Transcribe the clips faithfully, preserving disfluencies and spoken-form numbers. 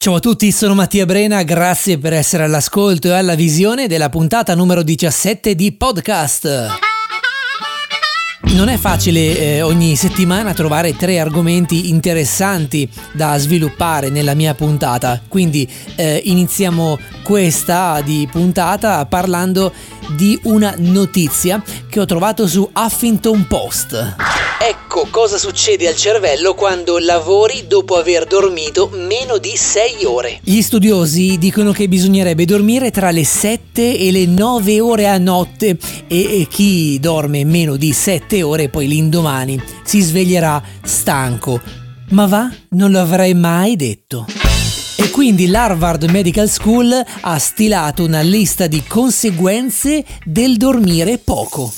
Ciao a tutti, sono Mattia Brena, grazie per essere all'ascolto e alla visione della puntata numero diciassette di podcast. Non è facile eh, ogni settimana trovare tre argomenti interessanti da sviluppare nella mia puntata, quindi eh, iniziamo questa di puntata parlando di una notizia che ho trovato su Huffington Post. Ecco cosa succede al cervello quando lavori dopo aver dormito meno di sei ore. Gli studiosi dicono che bisognerebbe dormire tra le sette e le nove ore a notte e, e chi dorme meno di sette ore poi l'indomani si sveglierà stanco. Ma va, non lo avrei mai detto. E quindi l'Harvard Medical School ha stilato una lista di conseguenze del dormire poco.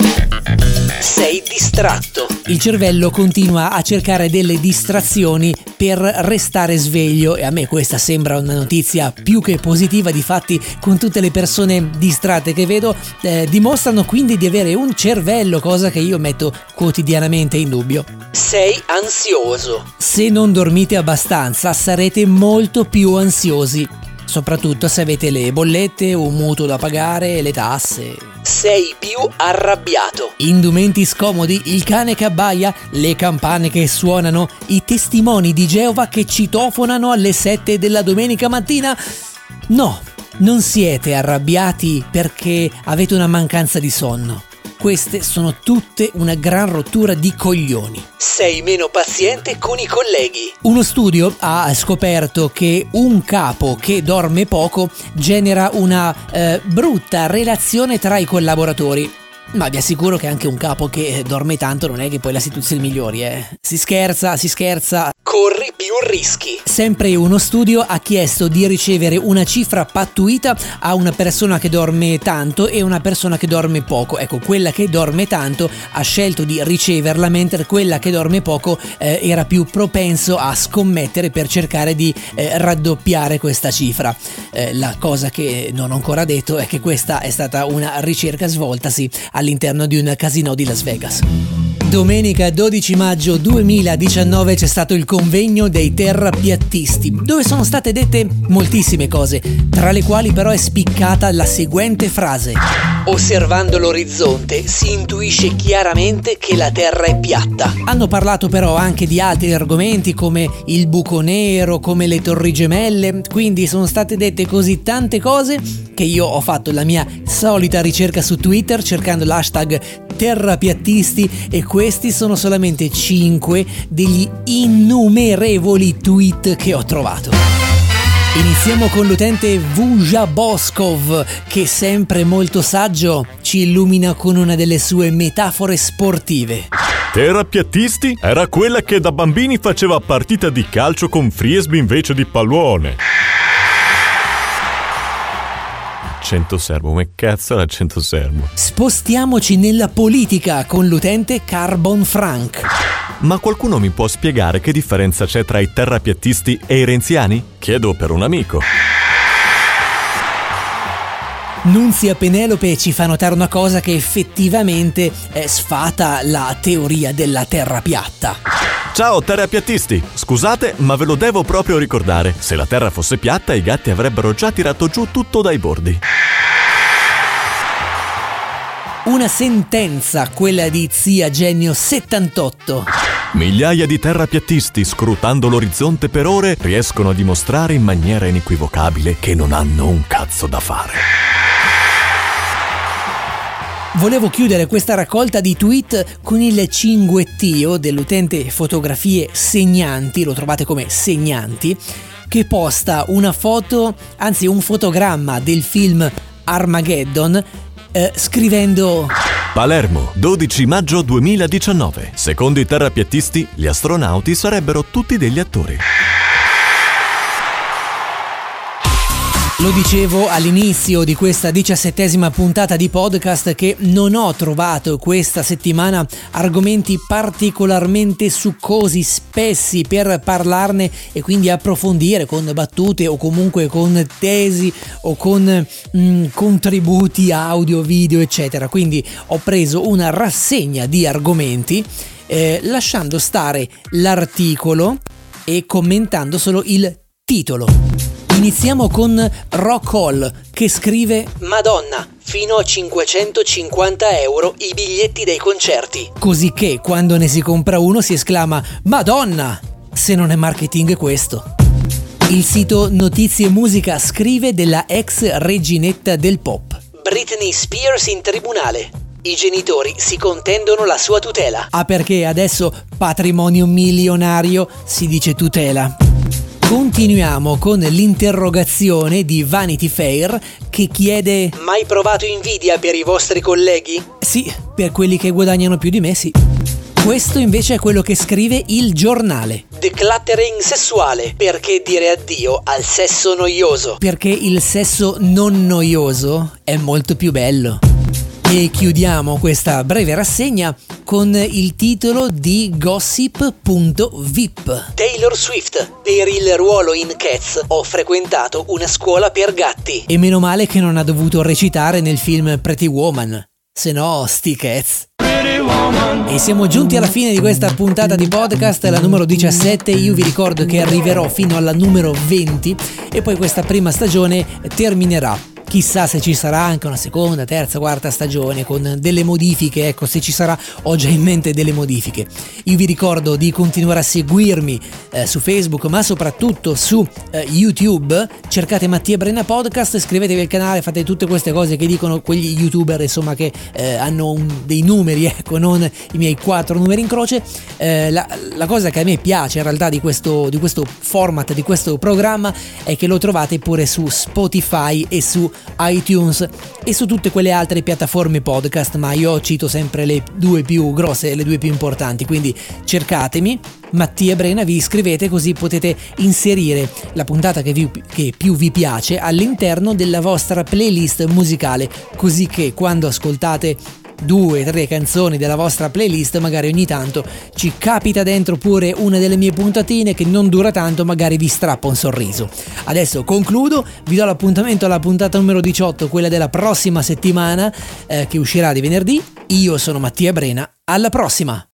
Sei distratto. Il cervello continua a cercare delle distrazioni per restare sveglio e a me questa sembra una notizia più che positiva. Difatti, con tutte le persone distratte che vedo eh, dimostrano quindi di avere un cervello, cosa che io metto quotidianamente in dubbio. Sei ansioso. Se non dormite abbastanza sarete molto più ansiosi, soprattutto se avete le bollette, un mutuo da pagare, le tasse. Sei più arrabbiato. Indumenti scomodi, il cane che abbaia, le campane che suonano, i testimoni di Geova che citofonano alle sette della domenica mattina. No, non siete arrabbiati perché avete una mancanza di sonno. Queste sono tutte una gran rottura di coglioni. Sei meno paziente con i colleghi. Uno studio ha scoperto che un capo che dorme poco genera una eh, brutta relazione tra i collaboratori. Ma vi assicuro che anche un capo che dorme tanto non è che poi la situazione migliori, eh. Si scherza, si scherza. Corri più rischi. Sempre uno studio ha chiesto di ricevere una cifra pattuita a una persona che dorme tanto e una persona che dorme poco. Ecco, quella che dorme tanto ha scelto di riceverla, mentre quella che dorme poco eh, era più propenso a scommettere per cercare di eh, raddoppiare questa cifra. Eh, la cosa che non ho ancora detto è che questa è stata una ricerca svoltasi all'interno di un casino di Las Vegas. Domenica dodici maggio duemiladiciannove c'è stato il convegno dei terrapiattisti, dove sono state dette moltissime cose, tra le quali però è spiccata la seguente frase: osservando l'orizzonte si intuisce chiaramente che la Terra è piatta. Hanno parlato però anche di altri argomenti come il buco nero, come le torri gemelle, quindi sono state dette così tante cose che io ho fatto la mia solita ricerca su Twitter cercando l'hashtag terrapiattisti e questi sono solamente cinque degli innumerevoli tweet che ho trovato. Iniziamo con l'utente Vuja Boskov che, sempre molto saggio, ci illumina con una delle sue metafore sportive. Terrapiattisti era quella che da bambini faceva partita di calcio con frisbee invece di pallone. Accento serbo, come cazzo è l'accento serbo? Spostiamoci nella politica con l'utente Carbon Frank. Ma qualcuno mi può spiegare che differenza c'è tra i terrapiattisti e i renziani? Chiedo per un amico. Nunzia Penelope ci fa notare una cosa che effettivamente eh, sfata la teoria della terra piatta. Ciao terrapiattisti, scusate ma ve lo devo proprio ricordare, se la terra fosse piatta i gatti avrebbero già tirato giù tutto dai bordi. Una sentenza, quella di zia Genio settantotto. Migliaia di terrapiattisti, scrutando l'orizzonte per ore, riescono a dimostrare in maniera inequivocabile che non hanno un cazzo da fare. Volevo chiudere questa raccolta di tweet con il cinguettio dell'utente Fotografie Segnanti, lo trovate come Segnanti, che posta una foto, anzi un fotogramma del film Armageddon, eh, scrivendo: Palermo, dodici maggio duemiladiciannove. Secondo i terrapiattisti, gli astronauti sarebbero tutti degli attori. Lo dicevo all'inizio di questa diciassettesima puntata di podcast che non ho trovato questa settimana argomenti particolarmente succosi, spessi per parlarne e quindi approfondire con battute o comunque con tesi o con mh, contributi audio, video, eccetera. Quindi ho preso una rassegna di argomenti eh, lasciando stare l'articolo e commentando solo il Titolo. Iniziamo con Rock Hall che scrive: Madonna, fino a cinquecentocinquanta euro i biglietti dei concerti. Così che quando ne si compra uno si esclama Madonna, se non è marketing questo. Il sito Notizie Musica scrive della ex reginetta del pop. Britney Spears in tribunale. I genitori si contendono la sua tutela. Ah, perché adesso patrimonio milionario si dice tutela. Continuiamo con l'interrogazione di Vanity Fair che chiede: mai provato invidia per i vostri colleghi? Sì, per quelli che guadagnano più di me, sì. Questo invece è quello che scrive Il Giornale. Decluttering sessuale, perché dire addio al sesso noioso? Perché il sesso non noioso è molto più bello. E chiudiamo questa breve rassegna con il titolo di Gossip punto vip. Taylor Swift. Per il ruolo in Cats ho frequentato una scuola per gatti. E meno male che non ha dovuto recitare nel film Pretty Woman. Se no, sti Cats. E siamo giunti alla fine di questa puntata di podcast, la numero diciassette. Io vi ricordo che arriverò fino alla numero venti e poi questa prima stagione terminerà. Chissà se ci sarà anche una seconda, terza, quarta stagione con delle modifiche, ecco, se ci sarà ho già in mente delle modifiche. Io vi ricordo di continuare a seguirmi eh, su Facebook, ma soprattutto su eh, YouTube. Cercate Mattia Brenna Podcast, iscrivetevi al canale, fate tutte queste cose che dicono quegli youtuber, insomma, che eh, hanno un, dei numeri, ecco, non i miei quattro numeri in croce. Eh, la, la cosa che a me piace in realtà di questo, di questo format, di questo programma, è che lo trovate pure su Spotify e su iTunes e su tutte quelle altre piattaforme podcast, ma io cito sempre le due più grosse, le due più importanti, quindi cercatemi Mattia Brena, vi iscrivete così potete inserire la puntata che, vi, che più vi piace all'interno della vostra playlist musicale, così che quando ascoltate due, tre canzoni della vostra playlist magari ogni tanto ci capita dentro pure una delle mie puntatine che non dura tanto, magari vi strappa un sorriso. Adesso concludo, vi do l'appuntamento alla puntata numero diciotto, quella della prossima settimana, eh, che uscirà di venerdì. Io sono Mattia Brena, alla prossima!